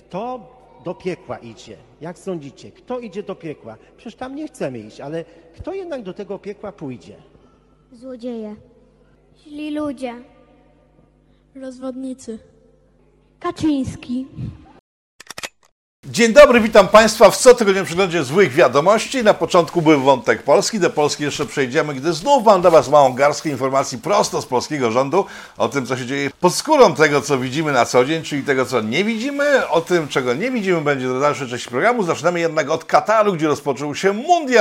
Kto do piekła idzie? Jak sądzicie? Kto idzie do piekła? Przecież tam nie chcemy iść, ale kto jednak do tego piekła pójdzie? Złodzieje. Źli ludzie. Rozwodnicy. Kaczyński. Dzień dobry, witam Państwa w cotygodniowym przeglądzie złych wiadomości. Na początku był wątek Polski, do Polski jeszcze przejdziemy, gdy znów mam dla Was małą garstkę informacji prosto z polskiego rządu o tym, co się dzieje pod skórą tego, co widzimy na co dzień, czyli tego, co nie widzimy. O tym, czego nie widzimy, będzie do dalszej części programu. Zaczynamy jednak od Kataru, gdzie rozpoczął się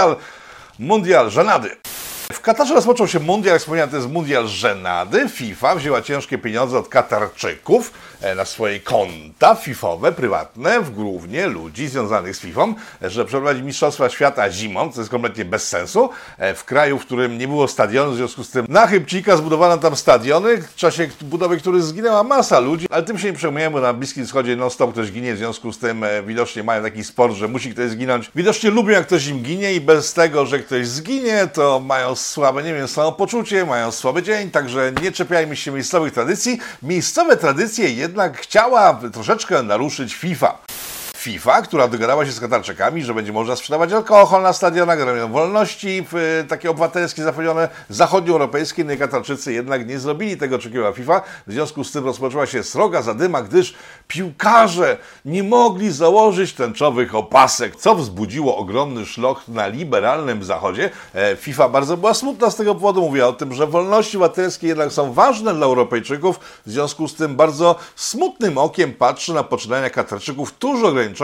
mundial żenady. W Katarze rozpoczął się mundial, jak wspomniałem, to jest mundial żenady. FIFA wzięła ciężkie pieniądze od Katarczyków na swoje konta fifowe, prywatne, głównie ludzi związanych z FIFA, że przeprowadzi Mistrzostwa Świata zimą, co jest kompletnie bez sensu, w kraju, w którym nie było stadionu, w związku z tym na chybcika zbudowano tam stadiony, w czasie budowy których zginęła masa ludzi, ale tym się nie przejmujemy, bo na Bliskim Wschodzie non-stop ktoś ginie, w związku z tym widocznie mają taki sport, że musi ktoś zginąć. Widocznie lubią, jak ktoś im ginie i bez tego, że ktoś zginie, to mają słabe, nie wiem, samopoczucie, mają słaby dzień, także nie czepiajmy się miejscowych tradycji. Miejscowe tradycje jednak chciała troszeczkę naruszyć FIFA. FIFA, która dogadała się z Katarczykami, że będzie można sprzedawać alkohol na stadionach, robią wolności takie obywatelskie zapewnione zachodnioeuropejskie, no i Katarczycy jednak nie zrobili tego, oczekiwała FIFA. W związku z tym rozpoczęła się sroga zadyma, gdyż piłkarze nie mogli założyć tęczowych opasek, co wzbudziło ogromny szloch na liberalnym zachodzie. FIFA bardzo była smutna z tego powodu, mówiła o tym, że wolności obywatelskie jednak są ważne dla Europejczyków, w związku z tym bardzo smutnym okiem patrzy na poczynania Katarczyków, którzy ograniczają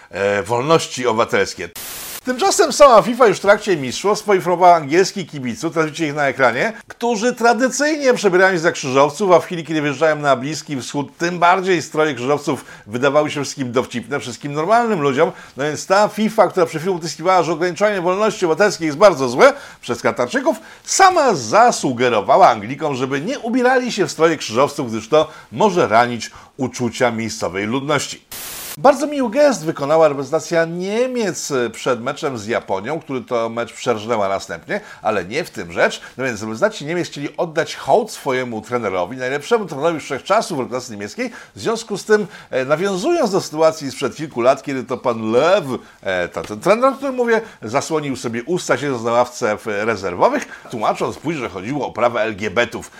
wolności obywatelskie. Tymczasem sama FIFA już w trakcie mistrzostw poinformowała angielskich kibiców, teraz widzicie ich na ekranie, którzy tradycyjnie przebierają się za krzyżowców, a w chwili, kiedy wjeżdżają na Bliski Wschód, tym bardziej stroje krzyżowców wydawały się wszystkim dowcipne, wszystkim normalnym ludziom. No więc ta FIFA, która przed chwilą utyskiwała, że ograniczanie wolności obywatelskiej jest bardzo złe przez Katarczyków, sama zasugerowała Anglikom, żeby nie ubierali się w stroje krzyżowców, gdyż to może ranić uczucia miejscowej ludności. Bardzo miły gest wykonała reprezentacja Niemiec przed meczem z Japonią, który to mecz przerżnęła następnie, ale nie w tym rzecz. No więc reprezentanci Niemiec chcieli oddać hołd swojemu trenerowi, najlepszemu trenerowi wszechczasów reprezentacji niemieckiej. W związku z tym, nawiązując do sytuacji sprzed kilku lat, kiedy to pan Lew, ten trener, o którym mówię, zasłonił sobie usta, siedząc na ławce rezerwowych, tłumacząc później, że chodziło o prawa LGBT-ów.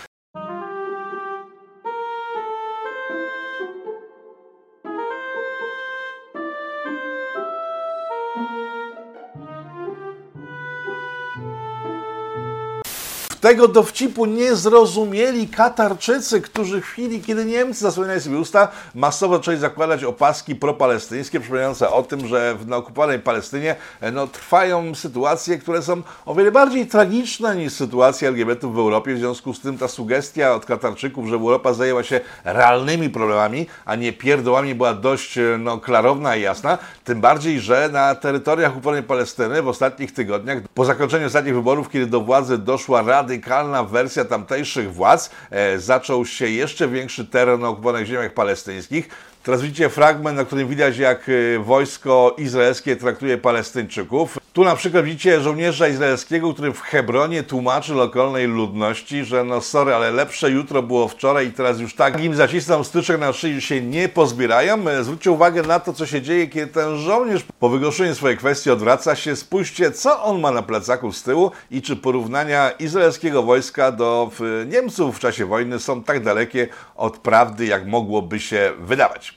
Tego dowcipu nie zrozumieli Katarczycy, którzy w chwili, kiedy Niemcy zasłaniali sobie usta, masowo zaczęli zakładać opaski propalestyńskie, przypominające o tym, że na okupowanej Palestynie trwają sytuacje, które są o wiele bardziej tragiczne niż sytuacja LGBT w Europie. W związku z tym ta sugestia od Katarczyków, że Europa zajęła się realnymi problemami, a nie pierdołami, była dość klarowna i jasna. Tym bardziej, że na terytoriach okupowanej Palestyny w ostatnich tygodniach, po zakończeniu ostatnich wyborów, kiedy do władzy doszła radykalna wersja tamtejszych władz, zaczął się jeszcze większy terror na okupowanych ziemiach palestyńskich. Teraz widzicie fragment, na którym widać, jak wojsko izraelskie traktuje Palestyńczyków. Tu na przykład widzicie żołnierza izraelskiego, który w Hebronie tłumaczy lokalnej ludności, że sorry, ale lepsze jutro było wczoraj i teraz już tak im zacisną styczek na szyi się nie pozbierają. Zwróćcie uwagę na to, co się dzieje, kiedy ten żołnierz po wygłoszeniu swojej kwestii odwraca się. Spójrzcie, co on ma na plecaku z tyłu i czy porównania izraelskiego wojska do Niemców w czasie wojny są tak dalekie od prawdy, jak mogłoby się wydawać.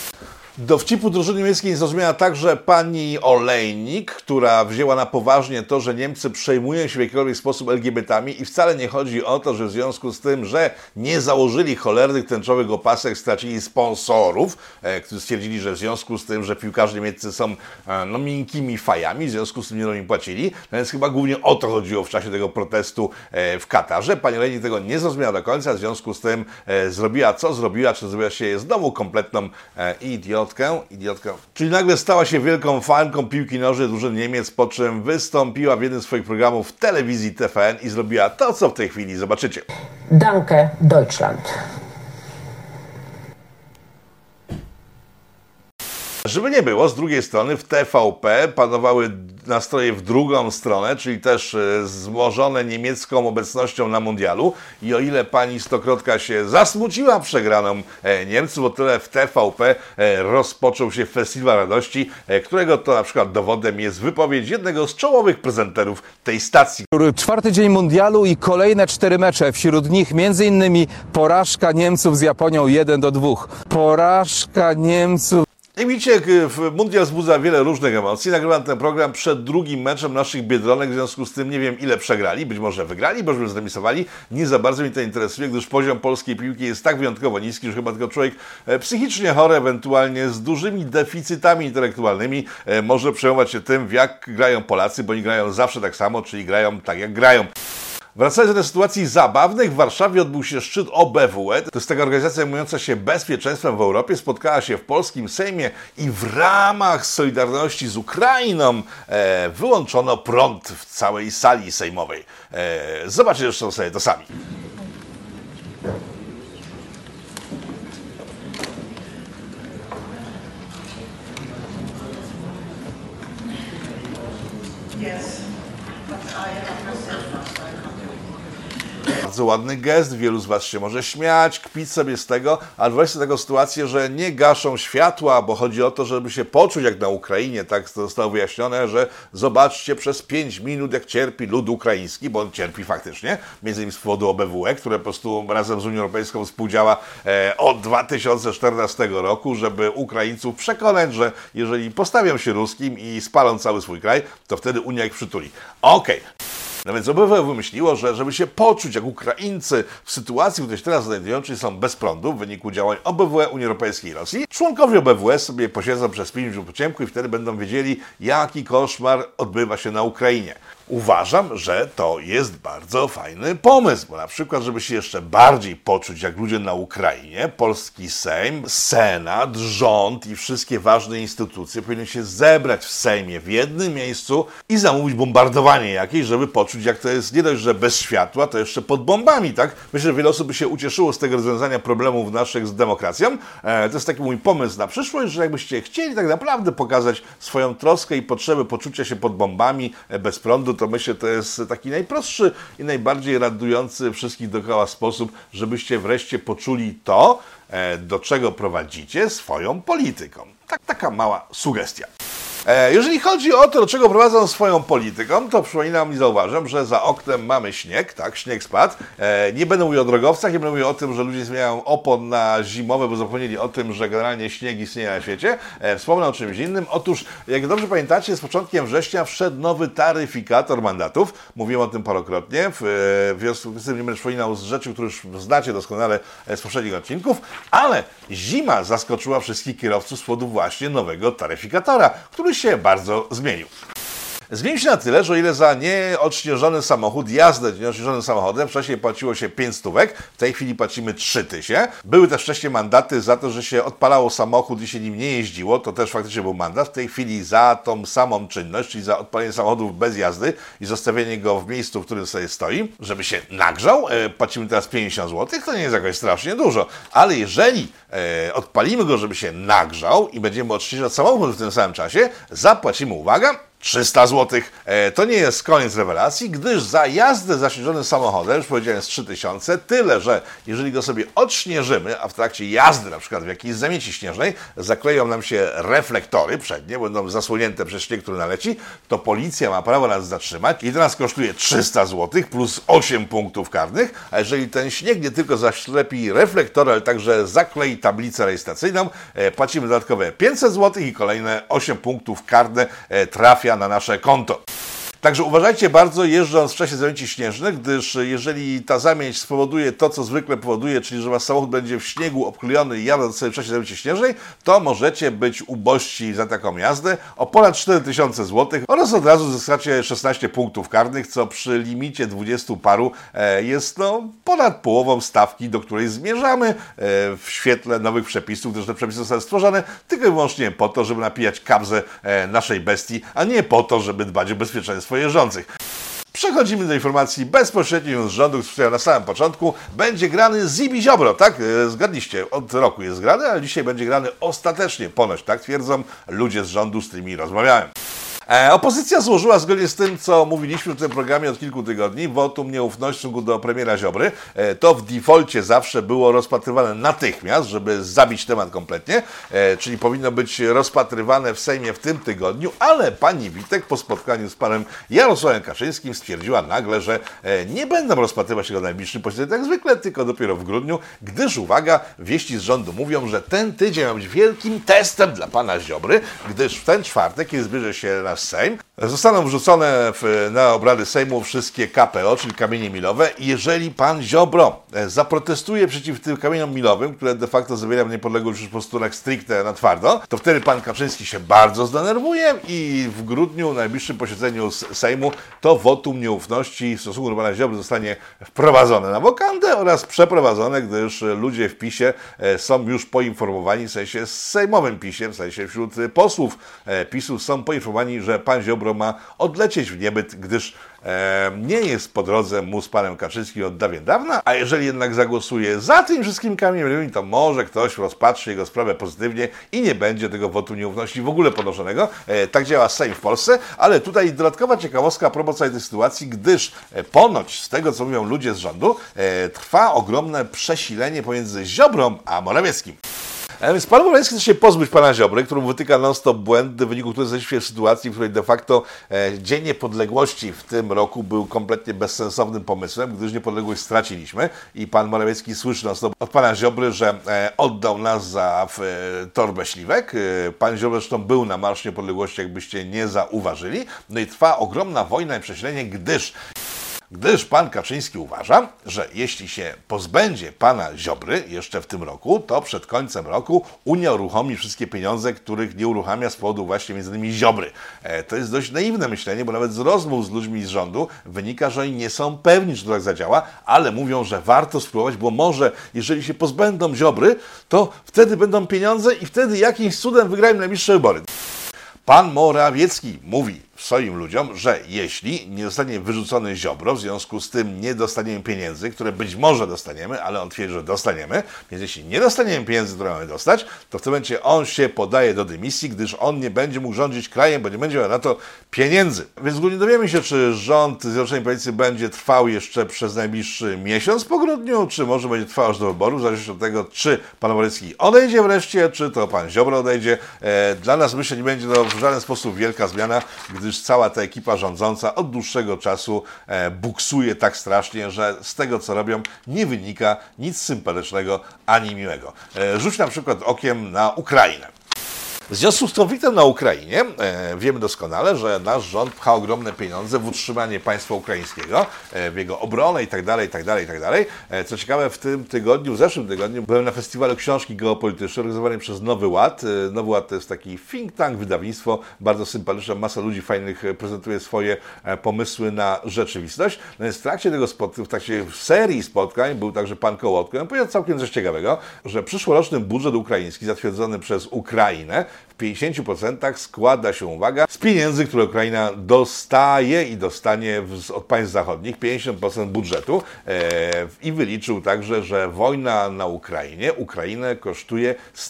Dowcipu drużyny niemieckiej nie zrozumiała także pani Olejnik, która wzięła na poważnie to, że Niemcy przejmują się w jakikolwiek sposób LGBT-ami i wcale nie chodzi o to, że w związku z tym, że nie założyli cholernych tęczowych opasek, stracili sponsorów, którzy stwierdzili, że w związku z tym, że piłkarze niemieccy są miękkimi fajami, w związku z tym nie im płacili. No więc chyba głównie o to chodziło w czasie tego protestu w Katarze. Pani Olejnik tego nie zrozumiała do końca, w związku z tym zrobiła co zrobiła, czy zrobiła się znowu kompletną idiotką, czyli nagle stała się wielką fanką piłki nożnej drużyny Niemiec, po czym wystąpiła w jednym z swoich programów w telewizji TVN i zrobiła to, co w tej chwili zobaczycie. Danke, Deutschland. Żeby nie było, z drugiej strony w TVP panowały nastroje w drugą stronę, czyli też wzmożone niemiecką obecnością na mundialu i o ile pani Stokrotka się zasmuciła przegraną Niemców, o tyle w TVP rozpoczął się festiwal radości, którego to na przykład dowodem jest wypowiedź jednego z czołowych prezenterów tej stacji. Czwarty dzień mundialu i kolejne 4 mecze. Wśród nich m.in. porażka Niemców z Japonią 1-2. Porażka Niemców. Jak widzicie, mundial wzbudza wiele różnych emocji. Nagrywam ten program przed drugim meczem naszych Biedronek, w związku z tym nie wiem ile przegrali, być może wygrali, być może zremisowali. Nie za bardzo mnie to interesuje, gdyż poziom polskiej piłki jest tak wyjątkowo niski, że chyba tylko człowiek psychicznie chory, ewentualnie z dużymi deficytami intelektualnymi może przejmować się tym, jak grają Polacy, bo oni grają zawsze tak samo, czyli grają tak jak grają. Wracając do sytuacji zabawnych, w Warszawie odbył się szczyt OBWE. To jest taka organizacja zajmująca się bezpieczeństwem w Europie. Spotkała się w polskim Sejmie i w ramach solidarności z Ukrainą wyłączono prąd w całej sali sejmowej. Zobaczcie zresztą sobie to sami. Bardzo ładny gest, wielu z Was się może śmiać, kpić sobie z tego, ale wyobraźcie sobie taką sytuację, że nie gaszą światła, bo chodzi o to, żeby się poczuć jak na Ukrainie, tak zostało wyjaśnione, że zobaczcie przez 5 minut jak cierpi lud ukraiński, bo on cierpi faktycznie, między innymi z powodu OBWE, które po prostu razem z Unią Europejską współdziała od 2014 roku, żeby Ukraińców przekonać, że jeżeli postawią się ruskim i spalą cały swój kraj, to wtedy Unia ich przytuli. Okej. No więc OBWE wymyśliło, że żeby się poczuć jak Ukraińcy w sytuacji, w której się teraz znajdują, czyli są bez prądu w wyniku działań OBWE, Unii Europejskiej i Rosji, członkowie OBWE sobie posiedzą przez 5 minut po ciemku i wtedy będą wiedzieli, jaki koszmar odbywa się na Ukrainie. Uważam, że to jest bardzo fajny pomysł, bo na przykład, żeby się jeszcze bardziej poczuć jak ludzie na Ukrainie, polski Sejm, Senat, rząd i wszystkie ważne instytucje powinny się zebrać w Sejmie w jednym miejscu i zamówić bombardowanie jakieś, żeby poczuć jak to jest nie dość, że bez światła, to jeszcze pod bombami, tak? Myślę, że wiele osób by się ucieszyło z tego rozwiązania problemów naszych z demokracją. To jest taki mój pomysł na przyszłość, że jakbyście chcieli tak naprawdę pokazać swoją troskę i potrzebę poczucia się pod bombami bez prądu, to myślę, że to jest taki najprostszy i najbardziej radujący wszystkich dookoła sposób, żebyście wreszcie poczuli to, do czego prowadzicie swoją polityką. Taka mała sugestia. Jeżeli chodzi o to, do czego prowadzą swoją polityką, to przypominam i zauważam, że za oknem mamy śnieg, tak, śnieg spadł. Nie będę mówił o drogowcach, nie będę mówił o tym, że ludzie zmieniają opon na zimowe, bo zapomnieli o tym, że generalnie śnieg istnieje na świecie. Wspomnę o czymś innym. Otóż, jak dobrze pamiętacie, z początkiem września wszedł nowy taryfikator mandatów. Mówiłem o tym parokrotnie, w związku z tym nie będę przypominał z rzeczy, które już znacie doskonale z poprzednich odcinków, ale zima zaskoczyła wszystkich kierowców z powodu właśnie nowego taryfikatora, który się bardzo zmienił. Zmienił się na tyle, że o ile za nieodśnieżony samochód, jazdę nieodśnieżonym samochodem wcześniej płaciło się 5 stówek, w tej chwili płacimy 3000. Były też wcześniej mandaty za to, że się odpalało samochód i się nim nie jeździło, to też faktycznie był mandat. W tej chwili za tą samą czynność, czyli za odpalenie samochodów bez jazdy i zostawienie go w miejscu, w którym sobie stoi, żeby się nagrzał, płacimy teraz 50 zł, to nie jest jakoś strasznie dużo. Ale jeżeli odpalimy go, żeby się nagrzał i będziemy odśnieżać samochód w tym samym czasie, zapłacimy, uwaga, 300 zł. To nie jest koniec rewelacji, gdyż za jazdę zaśnieżonym samochodem, już powiedziałem, jest 3000, tyle, że jeżeli go sobie odśnieżymy, a w trakcie jazdy, na przykład w jakiejś zamieci śnieżnej, zakleją nam się reflektory przednie, będą zasłonięte przez śnieg, który naleci, to policja ma prawo nas zatrzymać i to nas kosztuje 300 zł plus 8 punktów karnych, a jeżeli ten śnieg nie tylko zaślepi reflektory, ale także zaklei tablicę rejestracyjną, płacimy dodatkowe 500 zł i kolejne 8 punktów karne trafia na nasze konto. Także uważajcie bardzo, jeżdżąc w czasie zamieci śnieżnych, gdyż jeżeli ta zamieć spowoduje to, co zwykle powoduje, czyli że wasz samochód będzie w śniegu obklejony jadąc sobie w czasie zamieci śnieżnej, to możecie być ubożsi za taką jazdę o ponad 4000 zł oraz od razu zyskacie 16 punktów karnych, co przy limicie 20 paru jest ponad połową stawki, do której zmierzamy w świetle nowych przepisów, gdyż te przepisy zostały stworzone tylko i wyłącznie po to, żeby napijać kabzę naszej bestii, a nie po to, żeby dbać o bezpieczeństwo jeżdżących. Przechodzimy do informacji bezpośrednio z rządu, który na samym początku będzie grany Zibi Ziobro, tak? Zgadliście, od roku jest grany, ale dzisiaj będzie grany ostatecznie, ponoć tak twierdzą ludzie z rządu, z którymi rozmawiałem. Opozycja złożyła zgodnie z tym, co mówiliśmy w tym programie od kilku tygodni, wotum nieufności w stosunku do premiera Ziobry. To w defaulcie zawsze było rozpatrywane natychmiast, żeby zabić temat kompletnie, czyli powinno być rozpatrywane w Sejmie w tym tygodniu, ale pani Witek po spotkaniu z panem Jarosławem Kaczyńskim stwierdziła nagle, że nie będą rozpatrywać tego na najbliższym posiedzeniu jak zwykle, tylko dopiero w grudniu, gdyż, uwaga, wieści z rządu mówią, że ten tydzień ma być wielkim testem dla pana Ziobry, gdyż w ten czwartek, kiedy zbliży się nasz Sejm, zostaną wrzucone na obrady Sejmu wszystkie KPO, czyli kamienie milowe. I jeżeli pan Ziobro zaprotestuje przeciw tym kamieniom milowym, które de facto zabierają niepodległość już po prostu tak stricte na twardo, to wtedy pan Kaczyński się bardzo zdenerwuje i w grudniu, na najbliższym posiedzeniu Sejmu, to wotum nieufności w stosunku do pana Ziobry zostanie wprowadzone na wokandę oraz przeprowadzone, gdyż ludzie w PiS-ie są już poinformowani, w sensie sejmowym PiS-ie, w sensie wśród posłów PiS-u są poinformowani, że pan Ziobro ma odlecieć w niebyt, gdyż nie jest po drodze mu z panem Kaczyńskim od dawien dawna, a jeżeli jednak zagłosuje za tym wszystkim kamieniami, to może ktoś rozpatrzy jego sprawę pozytywnie i nie będzie tego wotu nieufności w ogóle podnoszonego. Tak działa Sejm w Polsce, ale tutaj dodatkowa ciekawostka a propos całej tej sytuacji, gdyż ponoć, z tego co mówią ludzie z rządu, trwa ogromne przesilenie pomiędzy Ziobrą a Morawieckim. Więc pan Morawiecki chce się pozbyć pana Ziobry, któremu wytyka non-stop błędy, w wyniku których jesteśmy w sytuacji, w której de facto Dzień Niepodległości w tym roku był kompletnie bezsensownym pomysłem, gdyż niepodległość straciliśmy i pan Morawiecki słyszy non-stop od pana Ziobry, że oddał nas za torbę śliwek. Pan Ziobro zresztą był na Marszu Niepodległości, jakbyście nie zauważyli. No i trwa ogromna wojna i przesilenie, gdyż pan Kaczyński uważa, że jeśli się pozbędzie pana Ziobry jeszcze w tym roku, to przed końcem roku Unia uruchomi wszystkie pieniądze, których nie uruchamia z powodu właśnie m.in. Ziobry. To jest dość naiwne myślenie, bo nawet z rozmów z ludźmi z rządu wynika, że oni nie są pewni, czy to tak zadziała, ale mówią, że warto spróbować, bo może jeżeli się pozbędą Ziobry, to wtedy będą pieniądze i wtedy jakimś cudem wygrają najbliższe wybory. Pan Morawiecki mówi swoim ludziom, że jeśli nie zostanie wyrzucony Ziobro, w związku z tym nie dostaniemy pieniędzy, które być może dostaniemy, ale on twierdzi, że dostaniemy, więc jeśli nie dostaniemy pieniędzy, które mamy dostać, to w tym momencie on się podaje do dymisji, gdyż on nie będzie mógł rządzić krajem, bo nie będzie miał na to pieniędzy. Więc nie dowiemy się, czy rząd Zjednoczonej Prawicy będzie trwał jeszcze przez najbliższy miesiąc po grudniu, czy może będzie trwał aż do wyborów, w zależności od tego, czy pan Morawiecki odejdzie wreszcie, czy to pan Ziobro odejdzie. Dla nas, myślę, nie będzie to w żaden sposób wielka zmiana, gdyż cała ta ekipa rządząca od dłuższego czasu buksuje tak strasznie, że z tego, co robią, nie wynika nic sympatycznego ani miłego. Rzuć na przykład okiem na Ukrainę. W związku z konfliktem na Ukrainie wiemy doskonale, że nasz rząd pcha ogromne pieniądze w utrzymanie państwa ukraińskiego, w jego obronę itd. Co ciekawe, w tym tygodniu, w zeszłym tygodniu byłem na festiwalu książki geopolitycznej organizowanym przez Nowy Ład. Nowy Ład to jest taki think tank, wydawnictwo, bardzo sympatyczne, masa ludzi fajnych prezentuje swoje pomysły na rzeczywistość. No więc w trakcie tego w trakcie serii spotkań był także pan Kołotko. On powiedział całkiem coś ciekawego, że przyszłoroczny budżet ukraiński zatwierdzony przez Ukrainę w 50% składa się, uwaga, z pieniędzy, które Ukraina dostaje i dostanie od państw zachodnich, 50% budżetu i wyliczył także, że wojna na Ukrainę kosztuje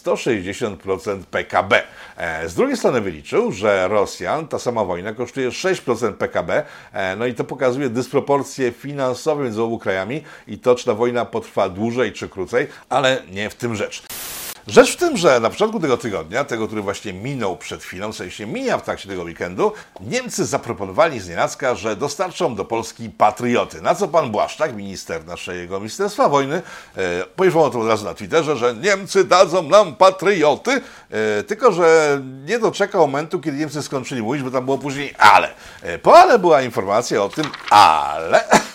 160% PKB. Z drugiej strony wyliczył, że Rosjan ta sama wojna kosztuje 6% PKB, no i to pokazuje dysproporcje finansowe między obu krajami i to, czy ta wojna potrwa dłużej czy krócej, ale nie w tym rzecz. Rzecz w tym, że na początku tego tygodnia, tego, który właśnie minął przed chwilą, w sensie mija w trakcie tego weekendu, Niemcy zaproponowali znienacka, że dostarczą do Polski patrioty. Na co pan Błaszczak, minister naszego Ministerstwa Wojny, poinformował to od razu na Twitterze, że Niemcy dadzą nam patrioty, tylko że nie doczekał momentu, kiedy Niemcy skończyli mówić, bo tam było później ale. Po ale była informacja o tym, ale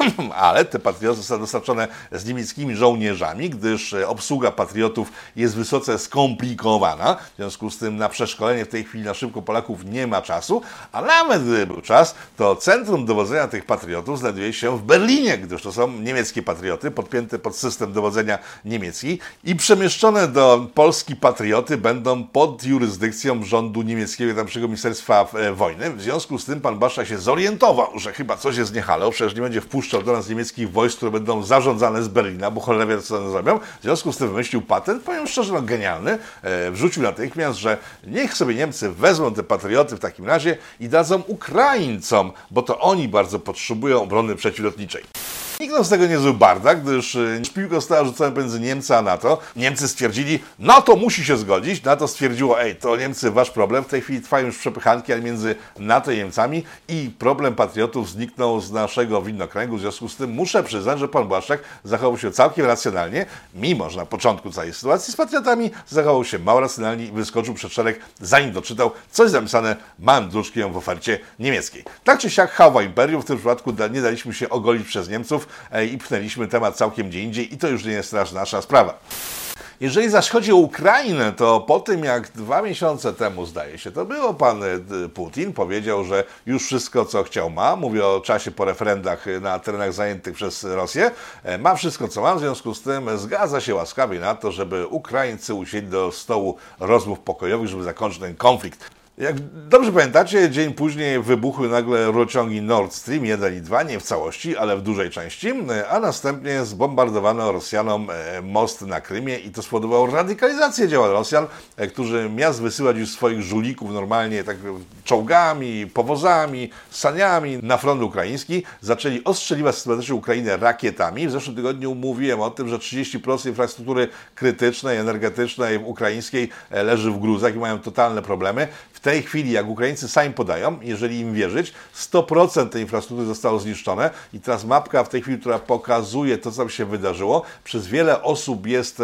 ale te patrioty zostały dostarczone z niemieckimi żołnierzami, gdyż obsługa patriotów jest wysoce skomplikowana. W związku z tym na przeszkolenie w tej chwili na szybko Polaków nie ma czasu, a nawet gdyby był czas, to centrum dowodzenia tych patriotów znajduje się w Berlinie, gdyż to są niemieckie patrioty podpięte pod system dowodzenia niemiecki i przemieszczone do Polski patrioty będą pod jurysdykcją rządu niemieckiego, tamtego Ministerstwa Wojny. W związku z tym pan Baszczak się zorientował, że chyba coś jest nie halo, przecież nie będzie wpuszczał do nas niemieckich wojsk, które będą zarządzane z Berlina, bo cholera wie, co one zrobią. W związku z tym wymyślił patent, powiem szczerze, no genialny. Wrzucił natychmiast, że niech sobie Niemcy wezmą te patrioty w takim razie i dadzą Ukraińcom, bo to oni bardzo potrzebują obrony przeciwlotniczej. Nikt z tego nie zły bardak, gdyż piłka została rzucona między Niemcy a NATO. Niemcy stwierdzili, NATO musi się zgodzić. NATO stwierdziło, to Niemcy, wasz problem. W tej chwili trwają już przepychanki między NATO i Niemcami i problem patriotów zniknął z naszego widnokręgu. W związku z tym muszę przyznać, że pan Błaszczak zachował się całkiem racjonalnie, mimo że na początku całej sytuacji z patriotami zachował się mało racjonalnie i wyskoczył przed szereg, zanim doczytał coś zapisane małym druczkiem w ofercie niemieckiej. Tak czy siak hawa imperium, w tym przypadku nie daliśmy się ogolić przez Niemców i pchnęliśmy temat całkiem gdzie indziej i to już nie jest nasza sprawa. Jeżeli zaś chodzi o Ukrainę, to po tym jak 2 miesiące temu, zdaje się, to było, pan Putin powiedział, że już wszystko, co chciał ma. Mówię o czasie po referendach na terenach zajętych przez Rosję. Ma wszystko, co ma, w związku z tym zgadza się łaskawie na to, żeby Ukraińcy usiedli do stołu rozmów pokojowych, żeby zakończyć ten konflikt. Jak dobrze pamiętacie, dzień później wybuchły nagle rurociągi Nord Stream 1 i 2, nie w całości, ale w dużej części, a następnie zbombardowano Rosjanom most na Krymie i to spowodowało radykalizację działań Rosjan, którzy miast wysyłać już swoich żulików normalnie tak czołgami, powozami, saniami na front ukraiński, zaczęli ostrzeliwać systematycznie Ukrainę rakietami. W zeszłym tygodniu mówiłem o tym, że 30% infrastruktury krytycznej, energetycznej, ukraińskiej leży w gruzach i mają totalne problemy. W tej chwili, jak Ukraińcy sami podają, jeżeli im wierzyć, 100% tej infrastruktury zostało zniszczone i teraz mapka w tej chwili, która pokazuje to, co tam się wydarzyło, przez wiele osób jest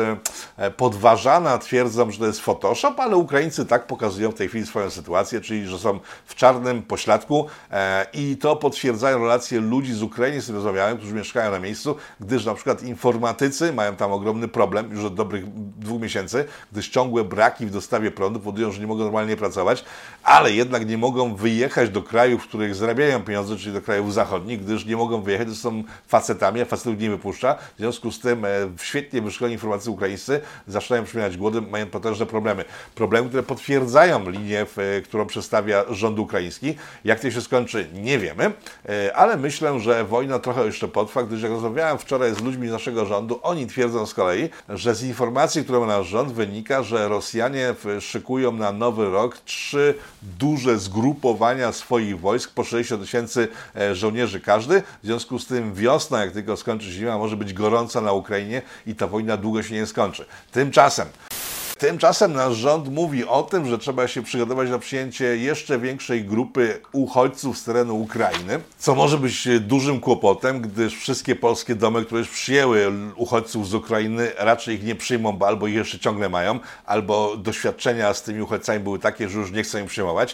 podważana, twierdzą, że to jest Photoshop, ale Ukraińcy tak pokazują w tej chwili swoją sytuację, czyli że są w czarnym pośladku i to potwierdzają relacje ludzi z Ukrainy, z którymi rozmawiałem, którzy mieszkają na miejscu, gdyż na przykład informatycy mają tam ogromny problem już od dobrych 2 miesięcy, gdyż ciągłe braki w dostawie prądu powodują, że nie mogą normalnie pracować, ale jednak nie mogą wyjechać do krajów, w których zarabiają pieniądze, czyli do krajów zachodnich, gdyż nie mogą wyjechać, to są facetami, a facetów nie wypuszcza. W związku z tym świetnie wyszkoleni informatycy ukraińscy zaczynają przemieniać głodem, mają potężne problemy. Problemy, które potwierdzają linię, którą przedstawia rząd ukraiński. Jak to się skończy, nie wiemy, ale myślę, że wojna trochę jeszcze potrwa, gdyż jak rozmawiałem wczoraj z ludźmi z naszego rządu, oni twierdzą z kolei, że z informacji, którą ma nasz rząd, wynika, że Rosjanie szykują na nowy rok 3 duże zgrupowania swoich wojsk, po 60 000 żołnierzy każdy. W związku z tym wiosna, jak tylko skończy się zima, może być gorąca na Ukrainie i ta wojna długo się nie skończy. Tymczasem nasz rząd mówi o tym, że trzeba się przygotować na przyjęcie jeszcze większej grupy uchodźców z terenu Ukrainy, co może być dużym kłopotem, gdyż wszystkie polskie domy, które już przyjęły uchodźców z Ukrainy, raczej ich nie przyjmą, bo albo ich jeszcze ciągle mają, albo doświadczenia z tymi uchodźcami były takie, że już nie chcą im przyjmować.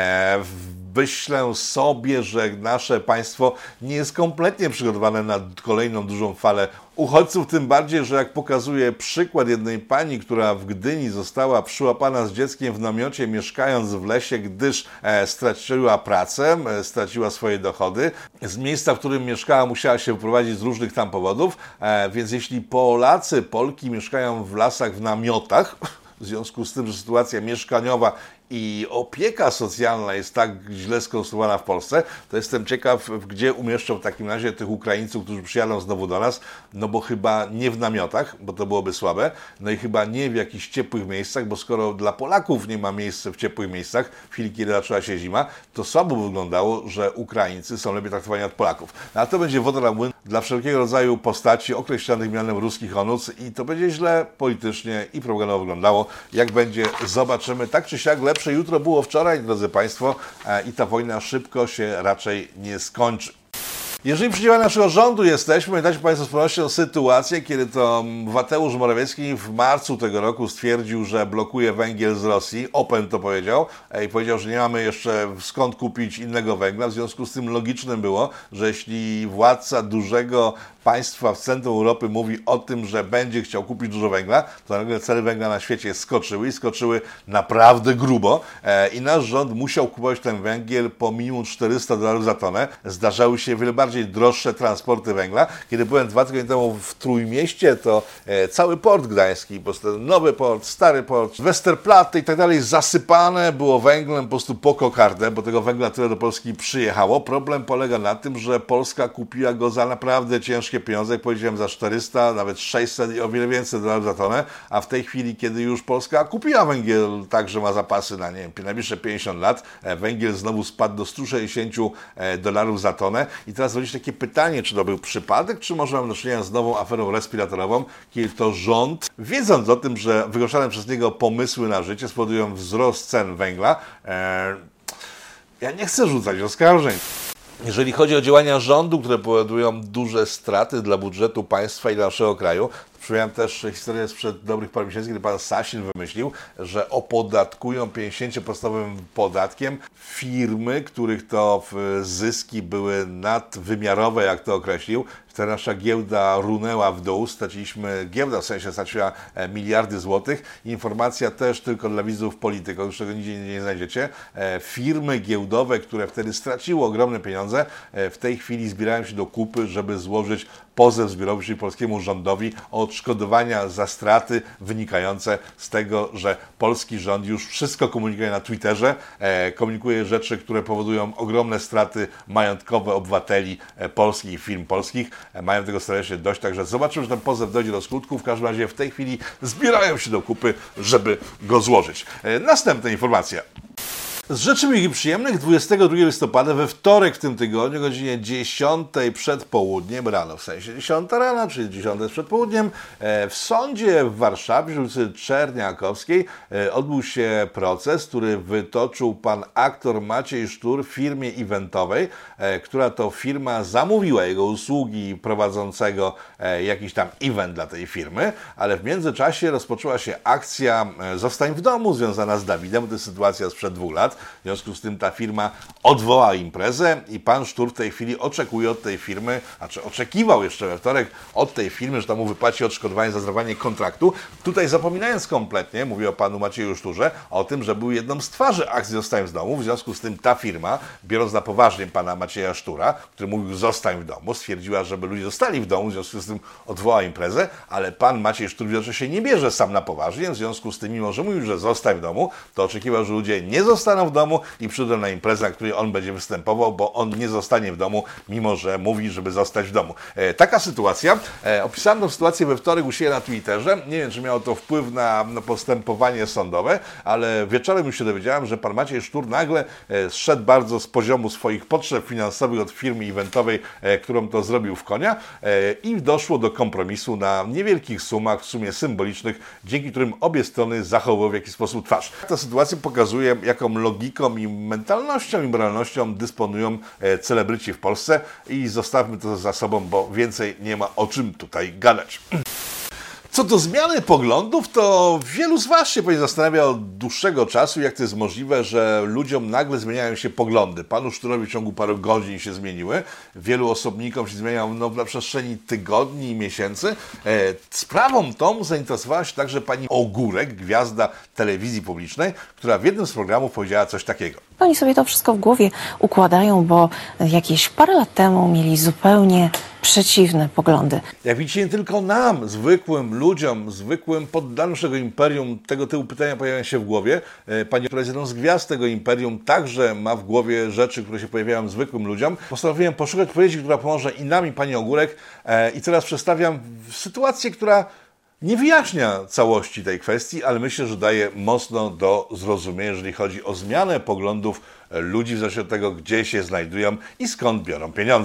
Myślę sobie, że nasze państwo nie jest kompletnie przygotowane na kolejną dużą falę uchodźców, tym bardziej, że jak pokazuje przykład jednej pani, która w Gdyni została przyłapana z dzieckiem w namiocie, mieszkając w lesie, gdyż straciła pracę, straciła swoje dochody. Z miejsca, w którym mieszkała, musiała się wyprowadzić z różnych tam powodów, więc jeśli Polki mieszkają w lasach w namiotach, w związku z tym, że sytuacja mieszkaniowa i opieka socjalna jest tak źle skonstruowana w Polsce, to jestem ciekaw, gdzie umieszczą w takim razie tych Ukraińców, którzy przyjadą znowu do nas, no bo chyba nie w namiotach, bo to byłoby słabe, no i chyba nie w jakichś ciepłych miejscach, bo skoro dla Polaków nie ma miejsc w ciepłych miejscach, w chwili, kiedy zaczęła się zima, to słabo wyglądało, że Ukraińcy są lepiej traktowani od Polaków. No, a to będzie woda na młyn dla wszelkiego rodzaju postaci określonych mianem ruskich onuc i to będzie źle politycznie i programowo wyglądało. Jak będzie, zobaczymy. Tak czy siak, lepsze jutro było wczoraj, drodzy Państwo, i ta wojna szybko się raczej nie skończy. Jeżeli przy działaniu naszego rządu jesteśmy, pamiętacie Państwo z pewnością sytuację, kiedy to Mateusz Morawiecki w marcu tego roku stwierdził, że blokuje węgiel z Rosji. Open to powiedział i powiedział, że nie mamy jeszcze skąd kupić innego węgla. W związku z tym logicznym było, że jeśli władca dużego państwa w centrum Europy mówi o tym, że będzie chciał kupić dużo węgla, to nagle ceny węgla na świecie skoczyły i skoczyły naprawdę grubo i nasz rząd musiał kupować ten węgiel po minimum $400 za tonę. Zdarzały się wiele bardziej droższe transporty węgla. Kiedy byłem 2 tygodnie temu w Trójmieście, to cały port gdański, po prostu nowy port, stary port, Westerplatte i tak dalej zasypane było węglem po prostu po kokardę, bo tego węgla tyle do Polski przyjechało. Problem polega na tym, że Polska kupiła go za naprawdę ciężkie pieniądze, jak powiedziałem, za 400, nawet 600 i o wiele więcej dolarów za tonę, a w tej chwili, kiedy już Polska kupiła węgiel, także ma zapasy na, nie wiem, najbliższe 50 lat, węgiel znowu spadł do $160 za tonę i teraz rodzi się takie pytanie, czy to był przypadek, czy może mamy do czynienia z nową aferą respiratorową, kiedy to rząd, wiedząc o tym, że wygłaszane przez niego pomysły na życie spowodują wzrost cen węgla, ja nie chcę rzucać oskarżeń. Jeżeli chodzi o działania rządu, które powodują duże straty dla budżetu państwa i dla naszego kraju, przypomniałem też historię sprzed dobrych paru miesięcy, kiedy pan Sasin wymyślił, że opodatkują 50% podatkiem firmy, których to zyski były nadwymiarowe, jak to określił. Wtedy nasza giełda runęła w dół, giełda w sensie straciła miliardy złotych. Informacja też tylko dla widzów polityków, już tego nigdzie nie znajdziecie. Firmy giełdowe, które wtedy straciły ogromne pieniądze, w tej chwili zbierają się do kupy, żeby złożyć pozew zbiorowy, czyli polskiemu rządowi o odszkodowania za straty wynikające z tego, że polski rząd już wszystko komunikuje na Twitterze, komunikuje rzeczy, które powodują ogromne straty majątkowe obywateli polskich i firm polskich. Mają tego serdecznie dość, także zobaczymy, że ten pozew dojdzie do skutku. W każdym razie w tej chwili zbierają się do kupy, żeby go złożyć. Następna informacja. Z rzeczy miłych i przyjemnych 22 listopada we wtorek w tym tygodniu o godzinie 10 przed południem, rano w sensie 10 rana, czyli 10 przed południem, w sądzie w Warszawie, przy ulicy Czerniakowskiej, odbył się proces, który wytoczył pan aktor Maciej Sztur w firmie eventowej, która to firma zamówiła jego usługi prowadzącego jakiś tam event dla tej firmy, ale w międzyczasie rozpoczęła się akcja Zostań w domu związana z Dawidem, to jest sytuacja sprzed 2 lat. W związku z tym ta firma odwołała imprezę i pan Sztur w tej chwili oczekuje od tej firmy, oczekiwał jeszcze we wtorek od tej firmy, że tam mu wypłaci odszkodowanie za zerwanie kontraktu. Tutaj zapominając kompletnie, mówię o panu Macieju Szturze, o tym, że był jedną z twarzy akcji Zostań w domu. W związku z tym ta firma, biorąc na poważnie pana Macieja Sztura, który mówił zostań w domu, stwierdziła, żeby ludzie zostali w domu, w związku z tym odwołała imprezę, ale pan Maciej Sztur widocznie się nie bierze sam na poważnie, w związku z tym, mimo że mówił, że zostań w domu, to oczekiwał, że ludzie nie zostaną w domu i przyjdą na imprezę, na której on będzie występował, bo on nie zostanie w domu, mimo że mówi, żeby zostać w domu. Taka sytuacja. Opisałem tę sytuację we wtorek u siebie na Twitterze. Nie wiem, czy miało to wpływ na postępowanie sądowe, ale wieczorem już się dowiedziałem, że pan Maciej Sztur nagle zszedł bardzo z poziomu swoich potrzeb finansowych od firmy eventowej, którą to zrobił w konia i doszło do kompromisu na niewielkich sumach, w sumie symbolicznych, dzięki którym obie strony zachowują w jakiś sposób twarz. Ta sytuacja pokazuje, jaką logiką i mentalnością i moralnością dysponują celebryci w Polsce i zostawmy to za sobą, bo więcej nie ma o czym tutaj gadać. Co do zmiany poglądów, to wielu z Was się pewnie zastanawia od dłuższego czasu, jak to jest możliwe, że ludziom nagle zmieniają się poglądy. Panu Szturowi w ciągu paru godzin się zmieniły, wielu osobnikom się zmieniają na przestrzeni tygodni i miesięcy. Sprawą tą zainteresowała się także pani Ogórek, gwiazda telewizji publicznej, która w jednym z programów powiedziała coś takiego. Oni sobie to wszystko w głowie układają, bo jakieś parę lat temu mieli zupełnie przeciwne poglądy. Jak widzicie, nie tylko nam, zwykłym ludziom, zwykłym poddanym naszego imperium, tego typu pytania pojawiają się w głowie. Pani, która jest jedną z gwiazd tego imperium, także ma w głowie rzeczy, które się pojawiają zwykłym ludziom. Postanowiłem poszukać odpowiedzi, która pomoże i nam, i pani Ogórek. I teraz przedstawiam sytuację, która nie wyjaśnia całości tej kwestii, ale myślę, że daje mocno do zrozumienia, jeżeli chodzi o zmianę poglądów ludzi w zależności od tego, gdzie się znajdują i skąd biorą pieniądze.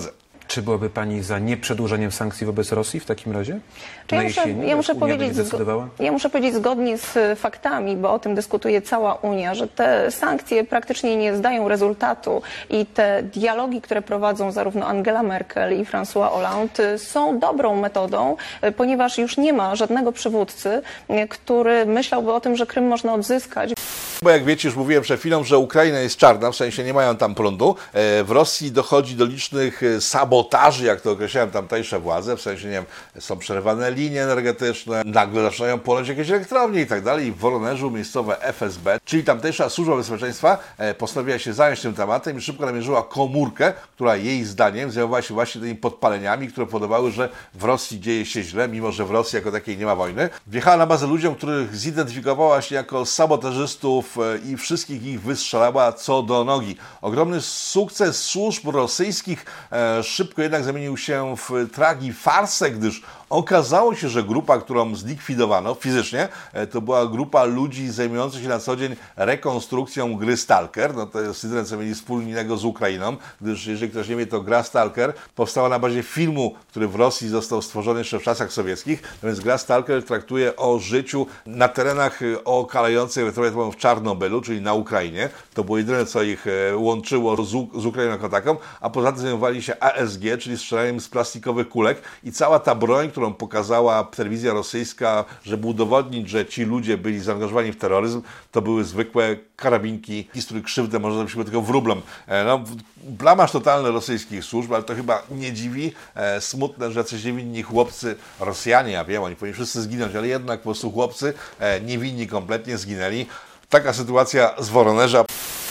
Czy byłaby Pani za nieprzedłużeniem sankcji wobec Rosji w takim razie? Czy Na jesieni, jak Unia będzie decydowała? Ja muszę powiedzieć zgodnie z faktami, bo o tym dyskutuje cała Unia, że te sankcje praktycznie nie zdają rezultatu i te dialogi, które prowadzą zarówno Angela Merkel i François Hollande, są dobrą metodą, ponieważ już nie ma żadnego przywódcy, który myślałby o tym, że Krym można odzyskać. Bo jak wiecie, już mówiłem przed chwilą, że Ukraina jest czarna, w sensie nie mają tam prądu. W Rosji dochodzi do licznych sabotaży, jak to określają tamtejsze władze, w sensie, nie wiem, są przerwane linie energetyczne, nagle zaczynają płonąć jakieś elektrownie i tak dalej. W Woronerzu miejscowe FSB, czyli tamtejsza służba bezpieczeństwa, postanowiła się zająć tym tematem i szybko namierzyła komórkę, która jej zdaniem zajmowała się właśnie tymi podpaleniami, które powodowały, że w Rosji dzieje się źle, mimo że w Rosji jako takiej nie ma wojny. Wjechała na bazę ludziom, których zidentyfikowała się jako sabotażystów i wszystkich ich wystrzelała co do nogi. Ogromny sukces służb rosyjskich szybko jednak zamienił się w farsę, gdyż okazało się, że grupa, którą zlikwidowano fizycznie, to była grupa ludzi zajmujących się na co dzień rekonstrukcją gry Stalker. No to jest jedyne, co mieli wspólnego z Ukrainą, gdyż jeżeli ktoś nie wie, to gra Stalker powstała na bazie filmu, który w Rosji został stworzony jeszcze w czasach sowieckich. No więc gra Stalker traktuje o życiu na terenach okalających w Czarnobylu, czyli na Ukrainie. To było jedyne, co ich łączyło z Ukrainą jako taką, a poza tym zajmowali się ASG, czyli strzelaniem z plastikowych kulek i cała ta broń, którą pokazała telewizja rosyjska, żeby udowodnić, że ci ludzie byli zaangażowani w terroryzm, to były zwykłe karabinki, z których krzywdę można zrobić tylko wróblem. No, blamaż totalny rosyjskich służb, ale to chyba nie dziwi. Smutne, że jacyś niewinni chłopcy, Rosjanie, ja wiem, oni powinni wszyscy zginąć, ale jednak po prostu chłopcy niewinni kompletnie zginęli. Taka sytuacja z Woronerza.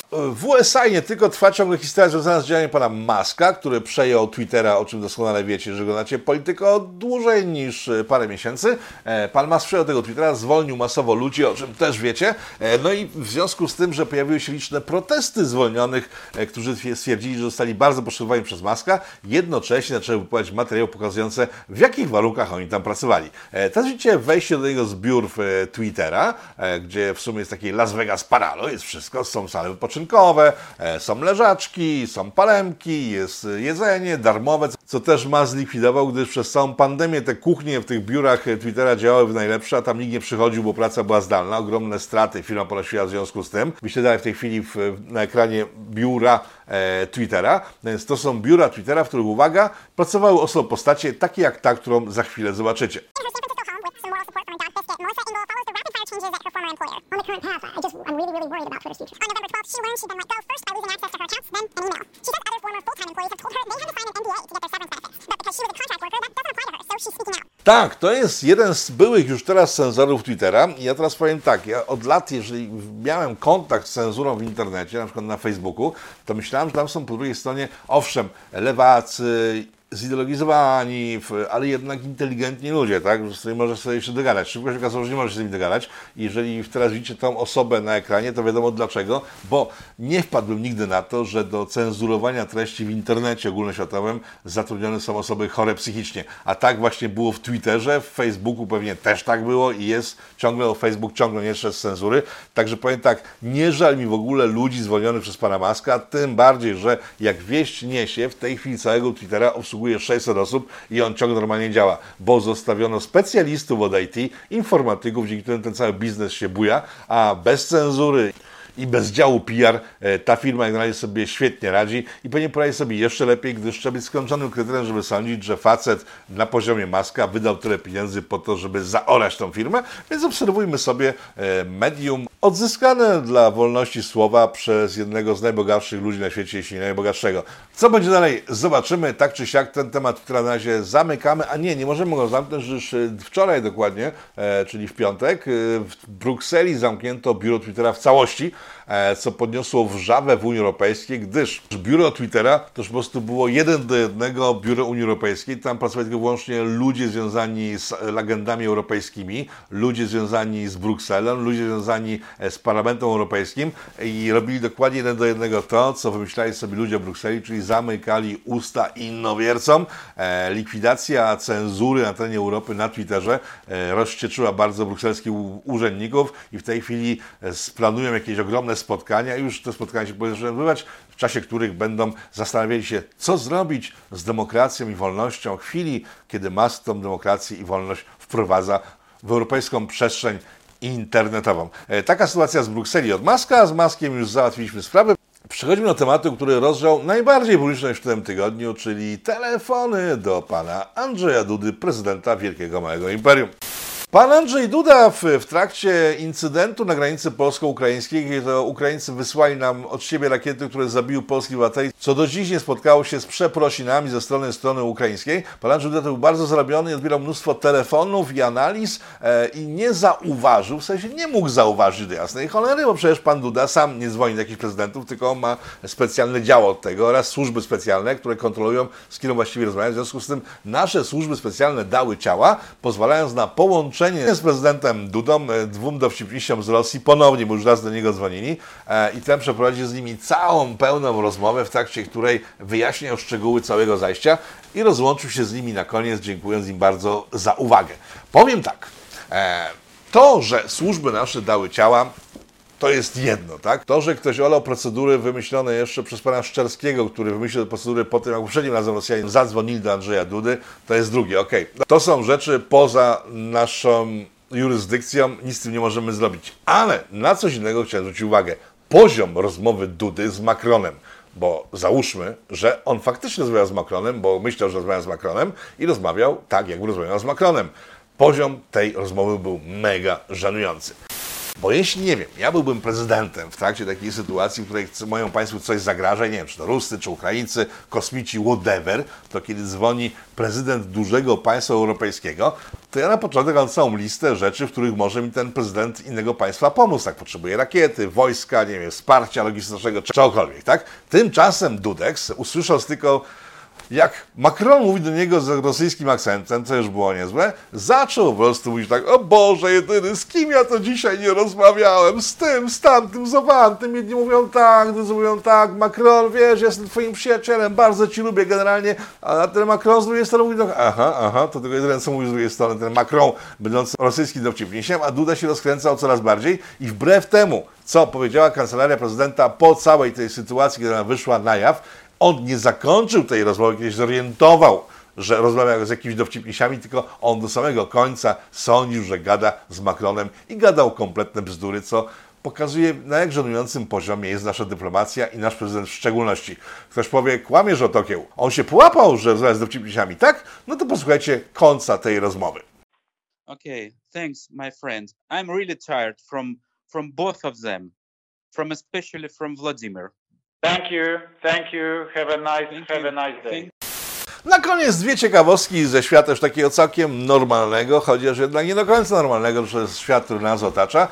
W USA nie tylko trwa ciągle historia związana z działaniem pana Muska, który przejął Twittera, o czym doskonale wiecie, że oglądacie politykę dłużej niż parę miesięcy. Pan Musk przejął tego Twittera, zwolnił masowo ludzi, o czym też wiecie. No i w związku z tym, że pojawiły się liczne protesty zwolnionych, którzy stwierdzili, że zostali bardzo poszkodowani przez Muska, jednocześnie zaczęły wypływać materiały pokazujące, w jakich warunkach oni tam pracowali. Teraz widzicie wejście do jego zbiór w Twittera, gdzie w sumie jest taki Las Vegas Paralo, jest wszystko, są sale wypoczynkowe, są leżaczki, są palemki, jest jedzenie darmowe, co też Musk zlikwidował, gdyż przez całą pandemię te kuchnie w tych biurach Twittera działały w najlepsze, a tam nikt nie przychodził, bo praca była zdalna. Ogromne straty firma ponosiła w związku z tym. Widzicie dalej w tej chwili na ekranie biura Twittera. Więc to są biura Twittera, w których, uwaga, pracowały osoby, postacie takie jak ta, którą za chwilę zobaczycie. I'm really worried about Twitter's future. On November 12th, she learned she'd been let go, first by losing access to her accounts, then an email. She says other former full-time employees have told her they had to sign an NDA to get their severance benefits. But because she was a contract worker, that doesn't apply to her, so she's speaking out. Tak, to jest jeden z byłych już teraz cenzorów Twittera i ja teraz powiem tak, ja od lat, jeżeli miałem kontakt z cenzurą w internecie, na przykład na Facebooku, to myślałem, że tam są po drugiej stronie, owszem, lewacy, zideologizowani, ale jednak inteligentni ludzie, tak? Z którymi możesz sobie jeszcze dogadać. Szybko się okazało, że nie możesz się z nimi dogadać. Jeżeli teraz widzicie tą osobę na ekranie, to wiadomo dlaczego, bo nie wpadłbym nigdy na to, że do cenzurowania treści w internecie ogólnoświatowym zatrudnione są osoby chore psychicznie. A tak właśnie było w Twitterze, w Facebooku pewnie też tak było i jest ciągle, bo Facebook ciągle nie szedł z cenzury. Także powiem tak, nie żal mi w ogóle ludzi zwolnionych przez pana Muska, tym bardziej, że jak wieść niesie, w tej chwili całego Twittera obsługuje 600 osób i on ciągle normalnie działa, bo zostawiono specjalistów od IT, informatyków, dzięki którym ten cały biznes się buja, a bez cenzury i bez działu PR ta firma jak na razie sobie świetnie radzi i pewnie poradzi sobie jeszcze lepiej, gdyż trzeba być skończonym krytyrem, żeby sądzić, że facet na poziomie Muska wydał tyle pieniędzy po to, żeby zaorać tą firmę, więc obserwujmy sobie medium odzyskane dla wolności słowa przez jednego z najbogatszych ludzi na świecie, jeśli nie najbogatszego. Co będzie dalej? Zobaczymy. Tak czy siak ten temat, który na razie zamykamy, a nie możemy go zamknąć, gdyż wczoraj dokładnie, czyli w piątek, w Brukseli zamknięto biuro Twittera w całości, co podniosło wrzawę w Unii Europejskiej, gdyż biuro Twittera to już po prostu było 1:1 biuro Unii Europejskiej. Tam pracowali tylko wyłącznie ludzie związani z legendami europejskimi, ludzie związani z Brukselą, ludzie związani z Parlamentem Europejskim i robili dokładnie 1:1 to, co wymyślali sobie ludzie w Brukseli, czyli zamykali usta innowiercom. Likwidacja cenzury na terenie Europy na Twitterze rozwścieczyła bardzo brukselskich urzędników i w tej chwili planują jakieś ogromne specjalne spotkania. Już te spotkania się powinny odbywać, w czasie których będą zastanawiali się, co zrobić z demokracją i wolnością w chwili, kiedy Musk tą demokrację i wolność wprowadza w europejską przestrzeń internetową. Taka sytuacja z Brukseli od Muska. Z Muskiem już załatwiliśmy sprawę. Przechodzimy do tematu, który rozgrzał najbardziej publiczność w tym tygodniu, czyli telefony do pana Andrzeja Dudy, prezydenta Wielkiego Małego Imperium. Pan Andrzej Duda w trakcie incydentu na granicy polsko-ukraińskiej, kiedy to Ukraińcy wysłali nam od siebie rakiety, które zabiły polskich obywateli, co do dziś nie spotkało się z przeprosinami ze strony ukraińskiej. Pan Andrzej Duda był bardzo zarobiony, odbierał mnóstwo telefonów i analiz i nie zauważył, w sensie nie mógł zauważyć do jasnej cholery, bo przecież pan Duda sam nie dzwoni do jakichś prezydentów, tylko ma specjalne działo od tego oraz służby specjalne, które kontrolują, z kim właściwie rozmawiać. W związku z tym nasze służby specjalne dały ciała, pozwalając na połączenie z prezydentem Dudą, dwóm dowcipniściom z Rosji, ponownie, bo już raz do niego dzwonili i ten przeprowadził z nimi całą pełną rozmowę, w trakcie której wyjaśniał szczegóły całego zajścia i rozłączył się z nimi na koniec, dziękując im bardzo za uwagę. Powiem tak, to, że służby nasze dały ciała, to jest jedno, tak? To, że ktoś olał procedury wymyślone jeszcze przez pana Szczerskiego, który wymyślił te procedury po tym, jak poprzednim razem Rosjanie zadzwonili do Andrzeja Dudy, to jest drugie, okej. To są rzeczy poza naszą jurysdykcją, nic z tym nie możemy zrobić. Ale na coś innego chciałem zwrócić uwagę. Poziom rozmowy Dudy z Macronem. Bo załóżmy, że on faktycznie rozmawiał z Macronem, bo myślał, że rozmawiał z Macronem i rozmawiał tak, jakby rozmawiał z Macronem. Poziom tej rozmowy był mega żenujący. Bo jeśli, nie wiem, ja byłbym prezydentem w trakcie takiej sytuacji, w której moją państwu coś zagraża, nie wiem, czy to Ruscy, czy Ukraińcy, kosmici, whatever, to kiedy dzwoni prezydent dużego państwa europejskiego, to ja na początek mam całą listę rzeczy, w których może mi ten prezydent innego państwa pomóc. Tak, potrzebuje rakiety, wojska, nie wiem, wsparcia logistycznego, czegokolwiek, tak? Tymczasem Dudeks usłyszał tylko, jak Macron mówi do niego z rosyjskim akcentem, co już było niezłe, zaczął po prostu mówić tak: o Boże jedyny, z kim ja to dzisiaj nie rozmawiałem, z tym, z tamtym, z owantym, jedni mówią tak, drudzy mówią tak, Macron, wiesz, jestem twoim przyjacielem, bardzo ci lubię generalnie, a ten Macron z drugiej strony mówi tak, aha, to tylko jeden, co mówi z drugiej strony, ten Macron, będący rosyjskim dowcipnisiem, a Duda się rozkręcał coraz bardziej i wbrew temu, co powiedziała kancelaria prezydenta po całej tej sytuacji, kiedy ona wyszła na jaw, on nie zakończył tej rozmowy, kiedy się zorientował, że rozmawia z jakimiś dowcipnisiami, tylko on do samego końca sądził, że gada z Macronem i gadał kompletne bzdury, co pokazuje, na jak żenującym poziomie jest nasza dyplomacja i nasz prezydent w szczególności. Ktoś powie, kłamiesz, Otokieł. On się połapał, że rozmawia z dowcipnisiami, tak? No to posłuchajcie końca tej rozmowy. Okay, thanks, my friend. I'm really tired from both of them, especially from Vladimir. Thank you. Have a nice day. Na koniec dwie ciekawostki ze świata już takiego całkiem normalnego, chociaż jednak nie do końca normalnego, to jest świat, który nas otacza.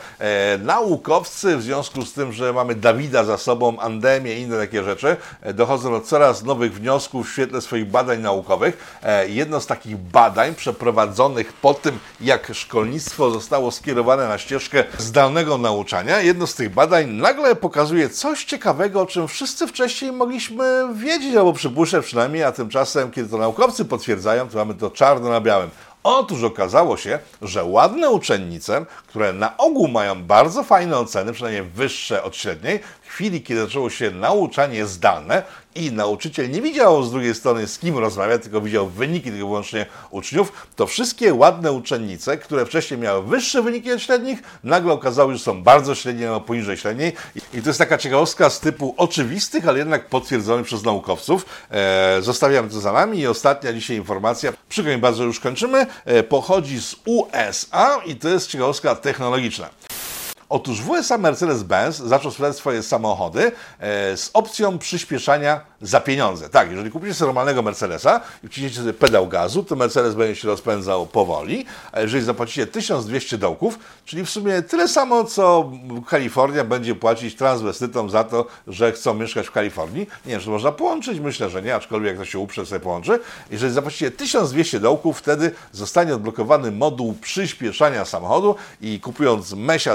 Naukowcy, w związku z tym, że mamy Dawida za sobą, Andemię i inne takie rzeczy, dochodzą do coraz nowych wniosków w świetle swoich badań naukowych. Jedno z takich badań przeprowadzonych po tym, jak szkolnictwo zostało skierowane na ścieżkę zdalnego nauczania, jedno z tych badań nagle pokazuje coś ciekawego, o czym wszyscy wcześniej mogliśmy wiedzieć, albo przypuszczać przynajmniej, a tymczasem, kiedy to naukowcy potwierdzają, to mamy to czarno na białym. Otóż okazało się, że ładne uczennice, które na ogół mają bardzo fajne oceny, przynajmniej wyższe od średniej, w chwili, kiedy zaczęło się nauczanie zdalne i nauczyciel nie widział z drugiej strony, z kim rozmawia, tylko widział wyniki tylko wyłącznie uczniów, to wszystkie ładne uczennice, które wcześniej miały wyższe wyniki od średnich, nagle okazało się, że są bardzo średnie albo poniżej średniej. I to jest taka ciekawostka z typu oczywistych, ale jednak potwierdzonych przez naukowców. Zostawiamy to za nami i ostatnia dzisiaj informacja, przykro mi bardzo, że już kończymy, pochodzi z USA i to jest ciekawostka technologiczna. Otóż w USA Mercedes-Benz zaczął sprzedać swoje samochody z opcją przyspieszania za pieniądze. Tak, jeżeli kupicie sobie normalnego Mercedesa i wciśniecie sobie pedał gazu, to Mercedes będzie się rozpędzał powoli, a jeżeli zapłacicie 1200 dołków, czyli w sumie tyle samo, co Kalifornia będzie płacić transwestytom za to, że chcą mieszkać w Kalifornii. Nie wiem, czy można połączyć, myślę, że nie, aczkolwiek jak to się uprze, sobie połączy. Jeżeli zapłacicie 1200 dołków, wtedy zostanie odblokowany moduł przyspieszania samochodu i kupując Mesia za ciężkie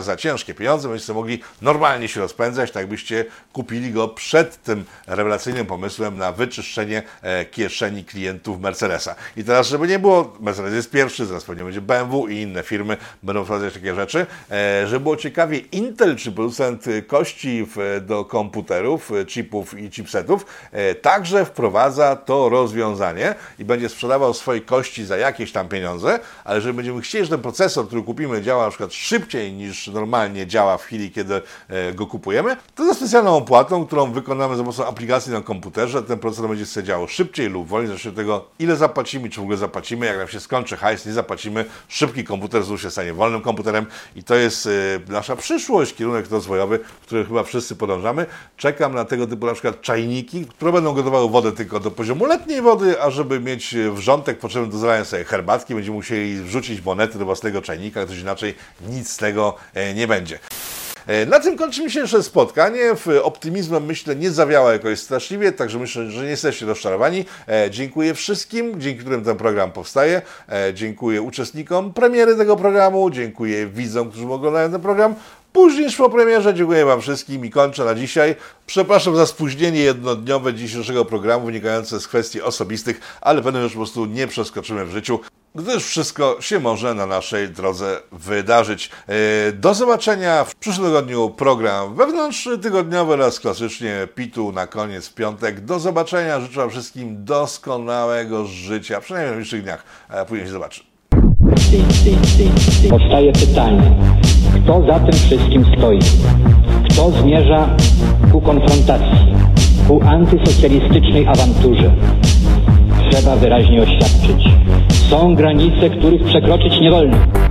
ciężkie pieniądze, będziecie mogli normalnie się rozpędzać, tak byście kupili go przed tym rewelacyjnym pomysłem na wyczyszczenie kieszeni klientów Mercedesa. I teraz, żeby nie było, Mercedes jest pierwszy, zaraz pewnie będzie BMW i inne firmy będą wprowadzać takie rzeczy. Żeby było ciekawie, Intel, czy producent kości do komputerów, chipów i chipsetów, także wprowadza to rozwiązanie i będzie sprzedawał swoje kości za jakieś tam pieniądze, ale jeżeli będziemy chcieli, że ten procesor, który kupimy, działa na przykład szybciej niż normalnie działa w chwili, kiedy go kupujemy, to za specjalną opłatą, którą wykonamy za pomocą aplikacji na komputerze, ten procesor będzie sobie działał szybciej lub wolniej, zależy od tego, ile zapłacimy, czy w ogóle zapłacimy. Jak nam się skończy hajs, nie zapłacimy, szybki komputer znów się stanie wolnym komputerem i to jest nasza przyszłość, kierunek rozwojowy, w który chyba wszyscy podążamy. Czekam na tego typu na przykład czajniki, które będą gotowały wodę tylko do poziomu letniej wody, a żeby mieć wrzątek potrzebny do zalania sobie herbatki, będziemy musieli wrzucić monety do własnego czajnika, gdyż inaczej nic z tego nie będzie. Na tym kończymy dzisiejsze spotkanie. Optymizmem, myślę, nie zawiało jakoś straszliwie, także myślę, że nie jesteście rozczarowani. Dziękuję wszystkim, dzięki którym ten program powstaje. Dziękuję uczestnikom premiery tego programu, dziękuję widzom, którzy oglądają ten program. Później niż po premierze, dziękuję Wam wszystkim i kończę na dzisiaj. Przepraszam za spóźnienie jednodniowe dzisiejszego programu wynikające z kwestii osobistych, ale pewne rzeczy po prostu nie przeskoczymy w życiu, gdyż wszystko się może na naszej drodze wydarzyć. Do zobaczenia w przyszłym tygodniu, program wewnątrztygodniowy oraz klasycznie PIT-u na koniec w piątek. Do zobaczenia, życzę Wam wszystkim doskonałego życia, przynajmniej w najbliższych dniach, a później się zobaczy. Powstaje pytanie, kto za tym wszystkim stoi? Kto zmierza ku konfrontacji, ku antysocjalistycznej awanturze? Trzeba wyraźnie oświadczyć. Są granice, których przekroczyć nie wolno.